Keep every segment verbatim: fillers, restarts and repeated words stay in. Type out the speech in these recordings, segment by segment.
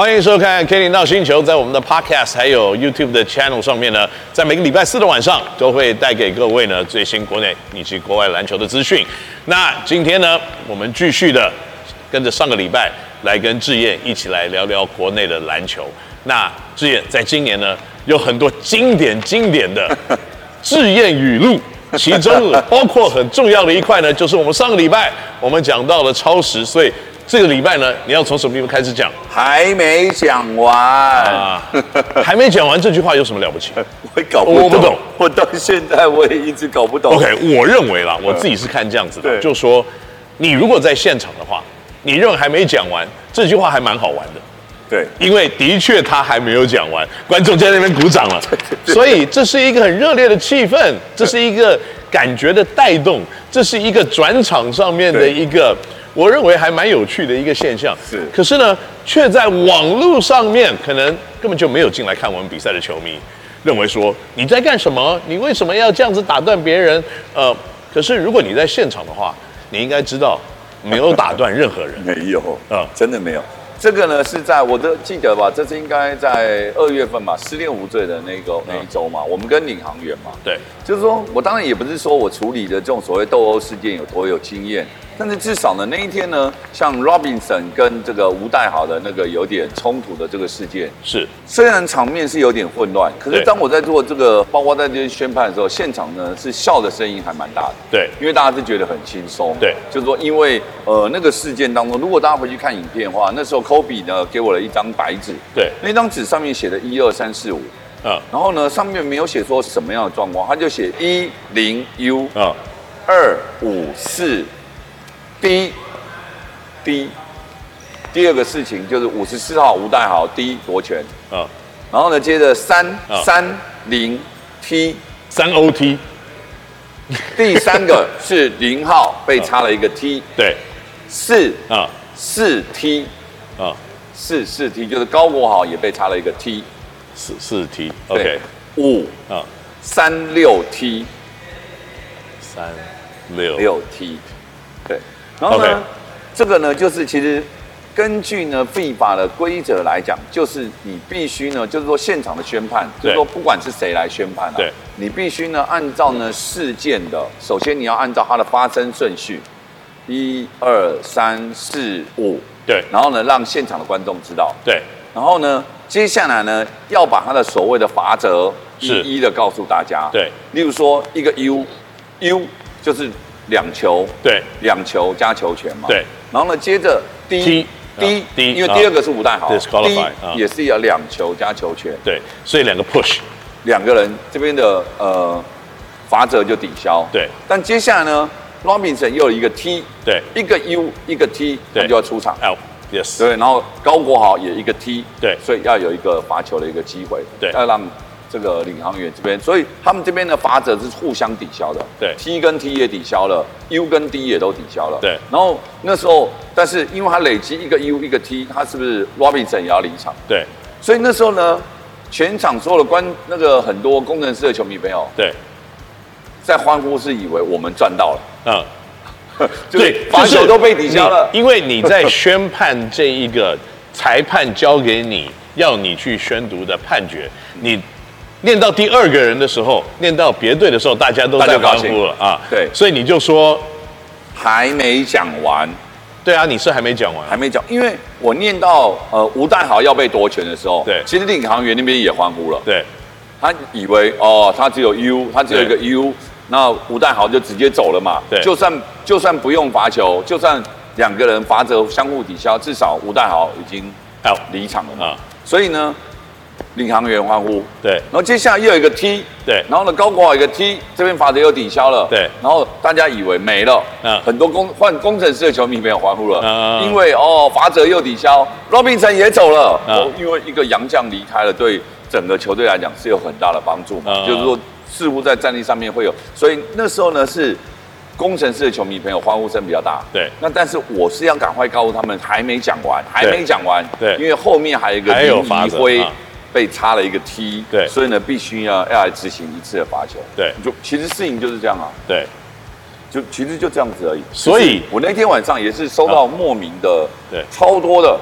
欢迎收看《Kenny 闹星球》，在我们的 Podcast 还有 YouTube 的 Channel 上面呢，在每个礼拜四的晚上都会带给各位呢最新国内以及国外篮球的资讯。那今天呢，我们继续的跟着上个礼拜来跟志燕一起来聊聊国内的篮球。那志燕在今年呢有很多经典经典的志燕语录。其中包括很重要的一块呢，就是我们上个礼拜我们讲到了超时，所以这个礼拜呢，你要从什么地方开始讲？ 还没讲完啊！ 还没讲完这句话有什么了不起？ 我搞不懂， 我不懂， 我到现在我也一直搞不懂。 OK， 我认为啦，我自己是看这样子的，就说你如果在现场的话，你认为还没讲完，这句话还蛮好玩的。 对， 因为的确他还没有讲完，观众在那边鼓掌了，所以这是一个很热烈的气氛，这是一个感觉的带动，这是一个转场上面的一个，我认为还蛮有趣的一个现象。 是， 可是呢，却在网络上面可能根本就没有进来看我们比赛的球迷，认为说你在干什么？你为什么要这样子打断别人？呃，可是如果你在现场的话，你应该知道没有打断任何人， 没有啊、嗯， 真的没有。这个呢是在我都记得吧，这是应该在二月份吧，失恋无罪的那个那一周嘛，我们跟领航员嘛， 对， 就是说我当然也不是说我处理的这种所谓斗殴事件有多有经验，但是至少呢那一天呢，像 Robinson 跟这个吴代豪的那个有点冲突的这个事件， 是虽然场面是有点混乱，可是当我在做这个，包括在这些宣判的时候，现场呢是笑的声音还蛮大的， 对， 因为大家是觉得很轻松， 对， 就是说因为呃那个事件当中，如果大家回去看影片的话，那时候 Kobe 呢给我了一张白纸， 对， 那张纸上面写的一二三四五，嗯，然后呢上面没有写说什么样的状况，他就写一零 U， 嗯，二五四 D D。第二个事情就是五十四号吴代豪 D 夺权，嗯，然后呢接着三三零 T 三 O T， 第三个是零号被插了一个 T， 对， 四啊四 T 啊四四 T 就是高国豪也被插了一个 T， 四四 T OK 五啊三六 T 三六六 T 对，然后呢、okay. 这个呢就是其实。根据呢 FIFA 的规则来讲，就是你必须呢，就是说现场的宣判，就是说不管是谁来宣判啊，对，你必须呢按照呢事件的，首先你要按照它的发生顺序，一二三四五，对，然后呢让现场的观众知道，对，然后呢接下来呢要把它的所谓的罚则一一的告诉大家，对，例如说一个 U，U 就是两球，对，两球加球权嘛，对，然后呢接着 D。第一，因为第二个是吴代豪，第一也是要两球加球权，对， 所以两个 push， 两个人这边的呃罚则就抵消，对。但接下来呢 ，Robinson 又有一个 T， 对，一个 U 一个 T， 他就要出场 ，L，yes， 对。然后高国豪也一个 T， 对，所以要有一个罚球的一个机会，对，要让这个领航员这边，所以他们这边的罚则是互相抵消的，对 ，T 跟 T 也抵消了 ，U 跟 D 也都抵消了，对。然后那时候。但是因为他累积一个 U 一个 T， 他是不是 Robinson 也要离场？对，所以那时候呢，全场所有的观那个很多工程师的球迷朋友，对，在欢呼是以为我们赚到了，嗯，就是罚球都被抵消了， 因为你在宣判这一个裁判交给你要你去宣读的判决，你念到第二个人的时候，念到别队的时候，大家都在欢呼了啊，对，所以你就说还没讲完。 对啊，你是还没讲完， 还没讲，因为我念到呃吴代豪要被夺权的时候，对，其实领航员那边也欢呼了，对，他以为哦他只有 U， 他只有一个 U， 那吴代豪就直接走了嘛，对，就算就算不用罚球，就算两个人罚则相互抵消，至少吴代豪已经离场了嘛，所以呢。领航员欢呼，对，然后接下来又有一个 T， 对，然后呢高国豪有一个 T， 这边罚则又抵消了，对，然后大家以为没了，嗯，很多工换工程师的球迷没有欢呼了，嗯，因为哦罚则又抵消 ，Robinson 也走了，嗯，因为一个洋将离开了，对整个球队来讲是有很大的帮助嘛，嗯，就是说似乎在战力上面会有，所以那时候呢是工程师的球迷朋友欢呼声比较大，对，那但是我是要赶快告诉他们还没讲完，还没讲完，对，因为后面还有一个林怡辉。被插了一个 T， 对，所以呢，必须要要来执行一次的罚球，对，就其实事情就是这样啊，对，就其实就这样子而已。所以我那天晚上也是收到莫名的，对，超多的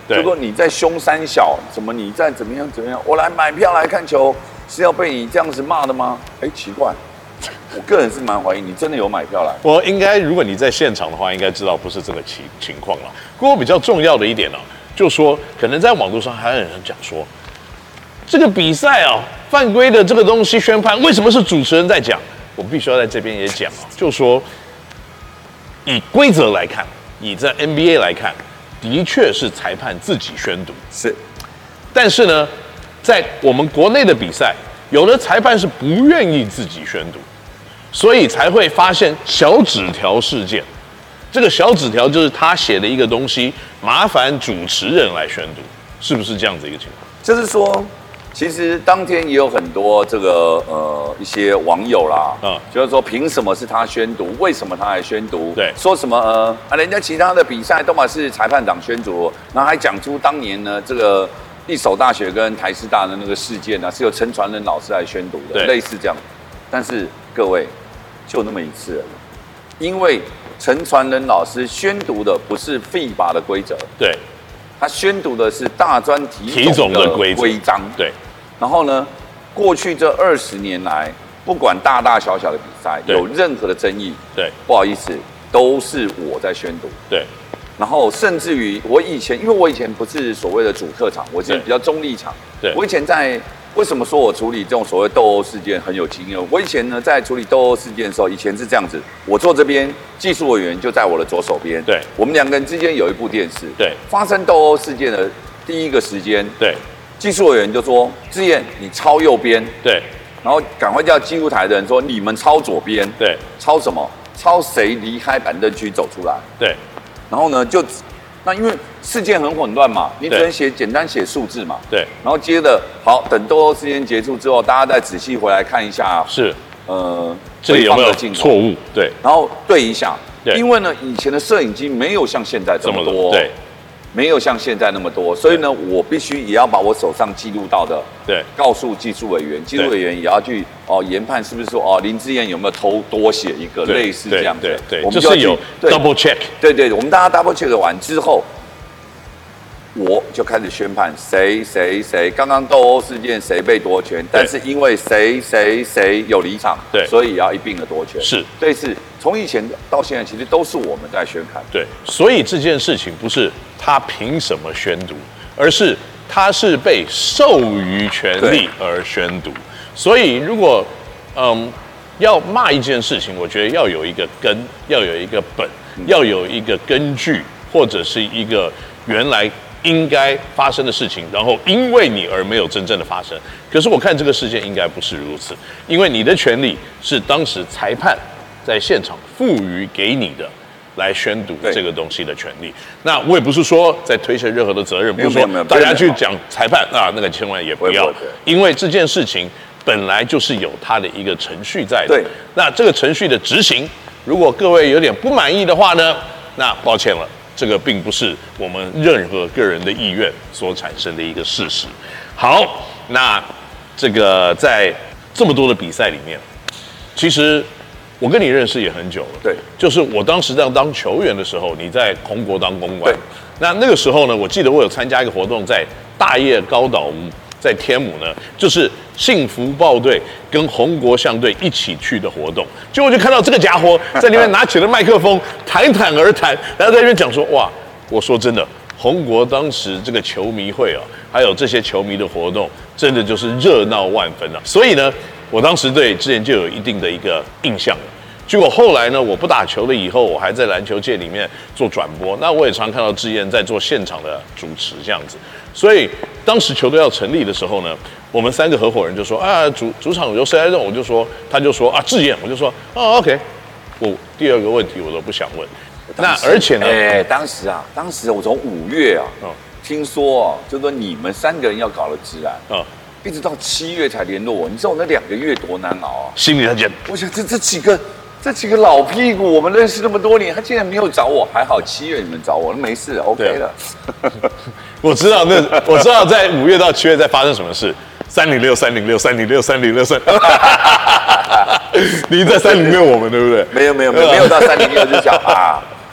就说你在凶三小，怎么你在怎么样怎么样，我来买票来看球是要被你这样子骂的吗？哎，奇怪，我个人是蛮怀疑你真的有买票来。 我应该，如果你在现场的话，应该知道不是这个情情况了。不过比较重要的一点呢、啊，就说可能在网络上还有人讲说，这个比赛啊犯规的这个东西宣判，为什么是主持人在讲？我必须要在这边也讲啊，就说以规则来看，以在 N B A 来看，的确是裁判自己宣读是， 但是呢，在我们国内的比赛，有的裁判是不愿意自己宣读，所以才会发现小纸条事件。这个小纸条就是他写的一个东西，麻烦主持人来宣读，是不是这样子一个情况？ 就是说。其实当天也有很多这个呃一些网友啦，嗯，就是说凭什么是他宣读？为什么他来宣读？ 对， 说什么呃啊，人家其他的比赛都嘛是裁判长宣读，然后还讲出当年呢这个一手大学跟台师大的那个事件呢、啊，是由陈传仁老师来宣读的，类似这样。但是各位就那么一次而已，因为陈传仁老师宣读的不是 F I B A 的规则， 对， 他宣读的是大专体体总的规规章， 对。 然后呢，过去这二十年来，不管大大小小的比赛，有任何的争议， 对， 不好意思，都是我在宣读， 对。 然后甚至于我以前，因为我以前不是所谓的主客场，我是比较中立场， 对。 我以前在为什么说我处理这种所谓斗殴事件很有经验？我以前呢在处理斗殴事件的时候，以前是这样子，我坐这边，技术委员就在我的左手边， 对。 我们两个人之间有一部电视， 对。 发生斗殴事件的第一个时间， 对。 技术委员就说：“志燕，你抄右边。” 对， 然后赶快叫记录台的人说：“你们抄左边。” 对， 抄什么？抄谁离开板凳区走出来？ 对， 然后呢，就那因为事件很混乱嘛，你只能写简单写数字嘛。 对， 然后接着好，等斗殴事件结束之后，大家再仔细回来看一下， 是呃， 这里有没有错误？对， 然后对一下， 对， 因为呢，以前的摄影机没有像现在这么多， 对。 没有像现在那么多，所以呢，我必须也要把我手上记录到的， 对， 告诉技术委员，技术委员也要去哦研判是不是说哦林志燕有没有偷多写一个类似这样子， 对对，我们就是有 double check， 对对，我们大家 double check 完之后，我就开始宣判谁谁谁刚刚斗殴事件谁被夺权，但是因为谁谁谁有离场， 对， 所以也要一并的夺权， 是， 对是。从以前到现在，其实都是我们在宣判。 对，所以这件事情不是他凭什么宣读，而是他是被授予权利而宣读。所以如果嗯要骂一件事情，我觉得要有一个根，要有一个本，嗯、要有一个根据，或者是一个原来应该发生的事情，然后因为你而没有真正的发生。可是我看这个事件应该不是如此，因为你的权利是当时裁判在现场赋予给你的，来宣读这个东西的权利。那我也不是说在推卸任何的责任，不是说大家去讲裁判啊，那个千万也不要，因为这件事情本来就是有它的一个程序在的。 对， 那这个程序的执行，如果各位有点不满意的话呢，那抱歉了，这个并不是我们任何个人的意愿所产生的一个事实。好，那这个在这么多的比赛里面，其实我跟你认识也很久了， 对， 就是我当时在当球员的时候，你在红国当公关，那那个时候呢，我记得我有参加一个活动，在大叶高岛屋，在天母呢，就是幸福豹队跟红国象队一起去的活动，结果就看到这个家伙在那边拿起了麦克风，侃侃而谈，然后在那边讲说，哇，我说真的，红国当时这个球迷会啊，还有这些球迷的活动，真的就是热闹万分啊，所以呢。我当时对之前就有一定的一个印象了，结果后来呢，我不打球了以后，我还在篮球界里面做转播，那我也常看到志燕在做现场的主持这样子，所以当时球队要成立的时候呢，我们三个合伙人就说啊，主主场由谁来弄？我就说，他就说啊，志燕，我就说哦 ，OK， 我第二个问题我都不想问。那而且呢， 哎、欸，当时啊，当时我从五月啊，嗯、听说啊，就说你们三个人要搞了职篮，嗯。一直到七月才联络我，你知道我那两个月多难熬啊！ 心里很简， 我想这这几个这几个老屁股，我们认识那么多年，他竟然没有找我，还好七月你们找我，那没事 ，OK 了。 我知道那我知道在五月到七月在发生什么事，三零六三零六三零六三零六三，你在三零六我们对不对？ 没有没有没有没有到三零六就讲啊，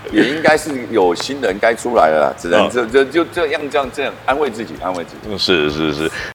也应该是有新人该出来了，只能这这就这样这样这样安慰自己，安慰自己。 是是是。